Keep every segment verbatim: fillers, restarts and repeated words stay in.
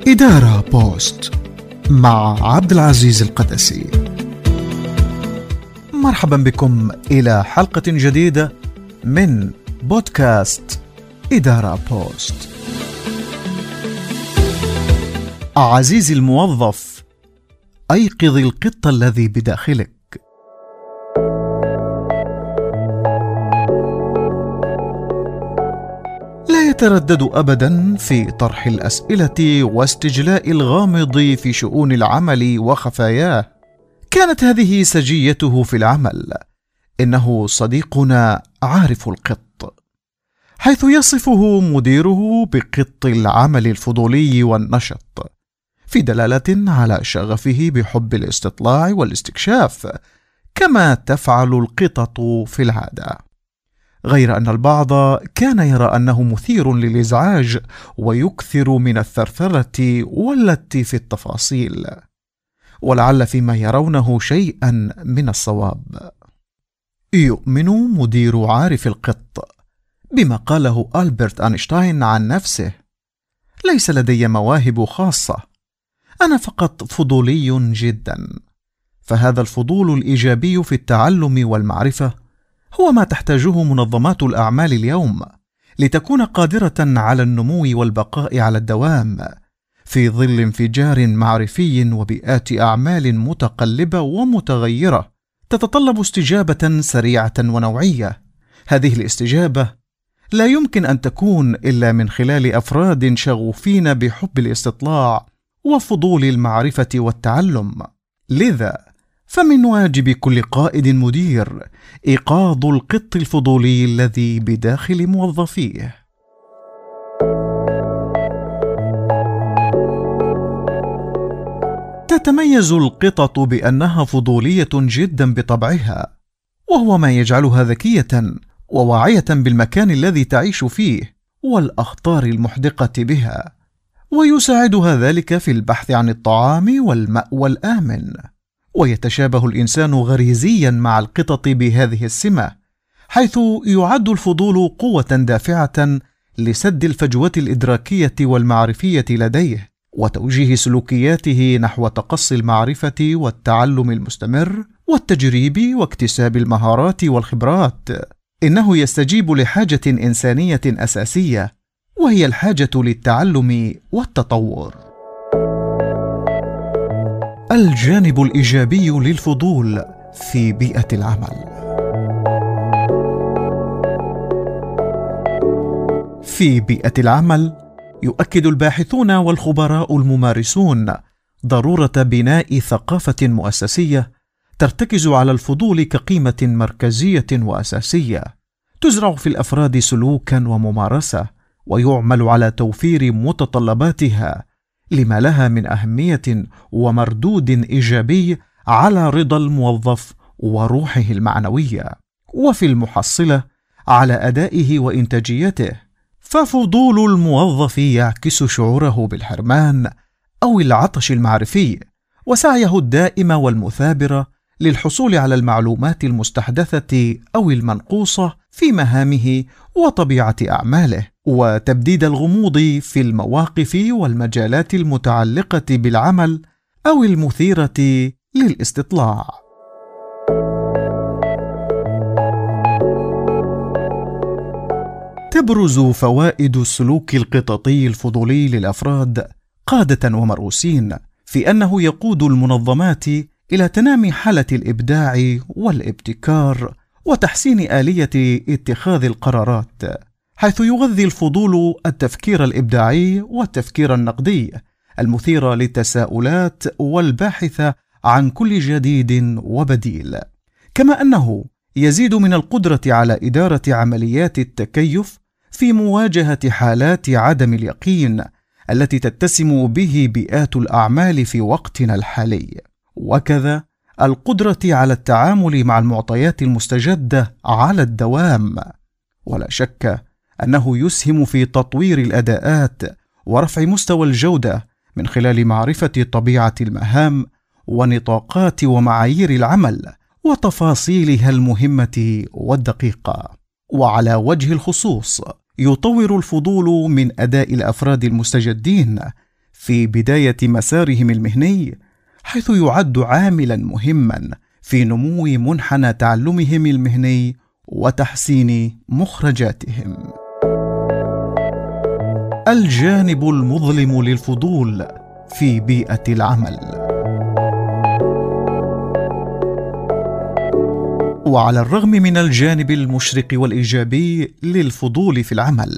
إدارة بوست مع عبد العزيز القدسي. مرحبا بكم إلى حلقة جديدة من بودكاست إدارة بوست. عزيزي الموظف، أيقظ القط الذي بداخلك. لا يتردد أبدا في طرح الأسئلة واستجلاء الغامض في شؤون العمل وخفاياه. كانت هذه سجيته في العمل، إنه صديقنا عارف القط، حيث يصفه مديره بقط العمل الفضولي والنشط، في دلالة على شغفه بحب الاستطلاع والاستكشاف كما تفعل القطط في العادة. غير أن البعض كان يرى أنه مثير للإزعاج ويكثر من الثرثرة واللت في التفاصيل، ولعل فيما يرونه شيئا من الصواب. يؤمن مدير عارف القط بما قاله ألبرت أينشتاين عن نفسه: ليس لدي مواهب خاصة، أنا فقط فضولي جدا. فهذا الفضول الإيجابي في التعلم والمعرفة هو ما تحتاجه منظمات الأعمال اليوم لتكون قادرة على النمو والبقاء على الدوام في ظل انفجار معرفي وبيئات أعمال متقلبة ومتغيرة تتطلب استجابة سريعة ونوعية. هذه الاستجابة لا يمكن أن تكون إلا من خلال أفراد شغوفين بحب الاستطلاع وفضول المعرفة والتعلم. لذا فمن واجب كل قائد مدير إيقاظ القط الفضولي الذي بداخل موظفيه. تتميز القطط بأنها فضولية جدا بطبعها، وهو ما يجعلها ذكية وواعية بالمكان الذي تعيش فيه والأخطار المحدقة بها، ويساعدها ذلك في البحث عن الطعام والمأوى الآمن. ويتشابه الإنسان غريزيا مع القطط بهذه السمة، حيث يعد الفضول قوة دافعة لسد الفجوة الإدراكية والمعرفية لديه وتوجيه سلوكياته نحو تقصي المعرفة والتعلم المستمر والتجريب واكتساب المهارات والخبرات. إنه يستجيب لحاجة إنسانية أساسية، وهي الحاجة للتعلم والتطور. الجانب الإيجابي للفضول في بيئة العمل. في بيئة العمل يؤكد الباحثون والخبراء الممارسون ضرورة بناء ثقافة مؤسسية ترتكز على الفضول كقيمة مركزية وأساسية، تزرع في الأفراد سلوكا وممارسة، ويعمل على توفير متطلباتها لما لها من أهمية ومردود إيجابي على رضا الموظف وروحه المعنوية، وفي المحصلة على أدائه وإنتاجيته. ففضول الموظف يعكس شعوره بالحرمان أو العطش المعرفي، وسعيه الدائم والمثابر للحصول على المعلومات المستحدثة أو المنقوصة في مهامه وطبيعة أعماله، وتبديد الغموض في المواقف والمجالات المتعلقة بالعمل أو المثيرة للاستطلاع. تبرز فوائد السلوك القططي الفضولي للأفراد قادة ومرؤوسين في أنه يقود المنظمات إلى تنامي حالة الإبداع والابتكار وتحسين آلية اتخاذ القرارات، حيث يغذي الفضول التفكير الإبداعي والتفكير النقدي المثير للتساؤلات والباحث عن كل جديد وبديل، كما أنه يزيد من القدرة على إدارة عمليات التكيف في مواجهة حالات عدم اليقين التي تتسم به بيئات الأعمال في وقتنا الحالي، وكذا القدرة على التعامل مع المعطيات المستجدة على الدوام. ولا شك أنه يسهم في تطوير الأداءات ورفع مستوى الجودة من خلال معرفة طبيعة المهام ونطاقات ومعايير العمل وتفاصيلها المهمة والدقيقة. وعلى وجه الخصوص يطور الفضول من أداء الأفراد المستجدين في بداية مسارهم المهني، حيث يعد عاملا مهما في نمو منحنى تعلمهم المهني وتحسين مخرجاتهم. الجانب المظلم للفضول في بيئة العمل. وعلى الرغم من الجانب المشرق والإيجابي للفضول في العمل،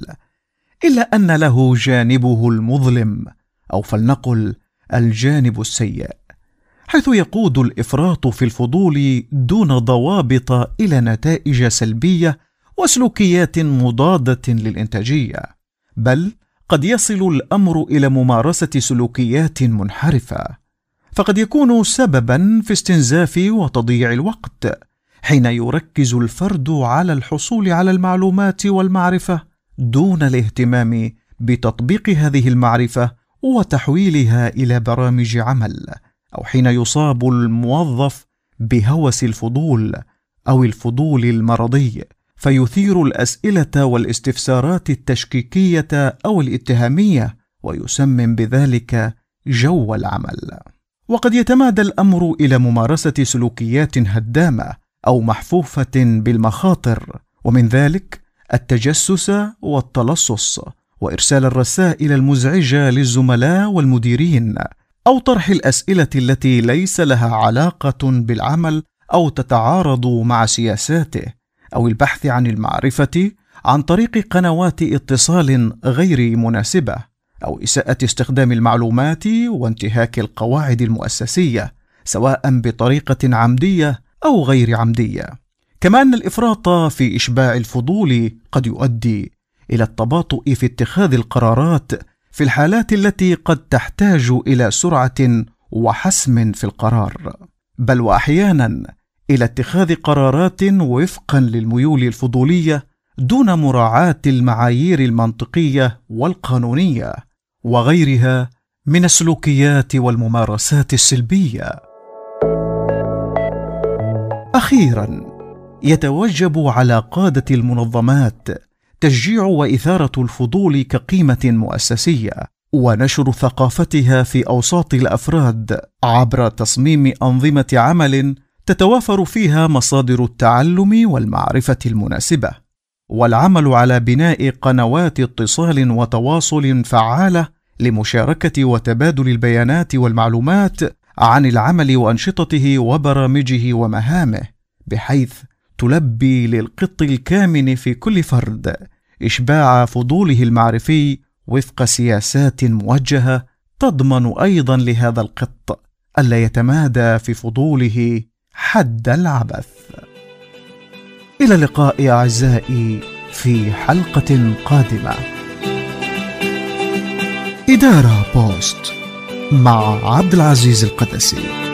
إلا أن له جانبه المظلم، أو فلنقل الجانب السيء، حيث يقود الإفراط في الفضول دون ضوابط إلى نتائج سلبية وسلوكيات مضادة للإنتاجية، بل قد يصل الأمر إلى ممارسة سلوكيات منحرفة، فقد يكون سببا في استنزاف وتضييع الوقت، حين يركز الفرد على الحصول على المعلومات والمعرفة دون الاهتمام بتطبيق هذه المعرفة وتحويلها إلى برامج عمل، أو حين يصاب الموظف بهوس الفضول أو الفضول المرضي، فيثير الأسئلة والاستفسارات التشكيكية أو الاتهامية، ويسمم بذلك جو العمل. وقد يتمادى الأمر إلى ممارسة سلوكيات هدامة أو محفوفة بالمخاطر، ومن ذلك التجسس والتلصص، وإرسال الرسائل المزعجة للزملاء والمديرين، أو طرح الأسئلة التي ليس لها علاقة بالعمل أو تتعارض مع سياساته، أو البحث عن المعرفة عن طريق قنوات اتصال غير مناسبة، أو إساءة استخدام المعلومات وانتهاك القواعد المؤسسية، سواء بطريقة عمدية أو غير عمدية. كما أن الإفراط في إشباع الفضول قد يؤدي إلى التباطؤ في اتخاذ القرارات في الحالات التي قد تحتاج إلى سرعة وحسم في القرار، بل وأحيانا إلى اتخاذ قرارات وفقا للميول الفضولية دون مراعاة المعايير المنطقية والقانونية وغيرها من السلوكيات والممارسات السلبية. أخيرا، يتوجب على قادة المنظمات تشجيع وإثارة الفضول كقيمة مؤسسية، ونشر ثقافتها في أوساط الأفراد عبر تصميم أنظمة عمل تتوافر فيها مصادر التعلم والمعرفة المناسبة، والعمل على بناء قنوات اتصال وتواصل فعالة لمشاركة وتبادل البيانات والمعلومات عن العمل وأنشطته وبرامجه ومهامه، بحيث تلبي للقط الكامن في كل فرد إشباع فضوله المعرفي وفق سياسات موجهة تضمن أيضا لهذا القط ألا يتمادى في فضوله حد العبث. إلى اللقاء أعزائي في حلقة قادمة. إدارة بوست مع عبد العزيز القدسي.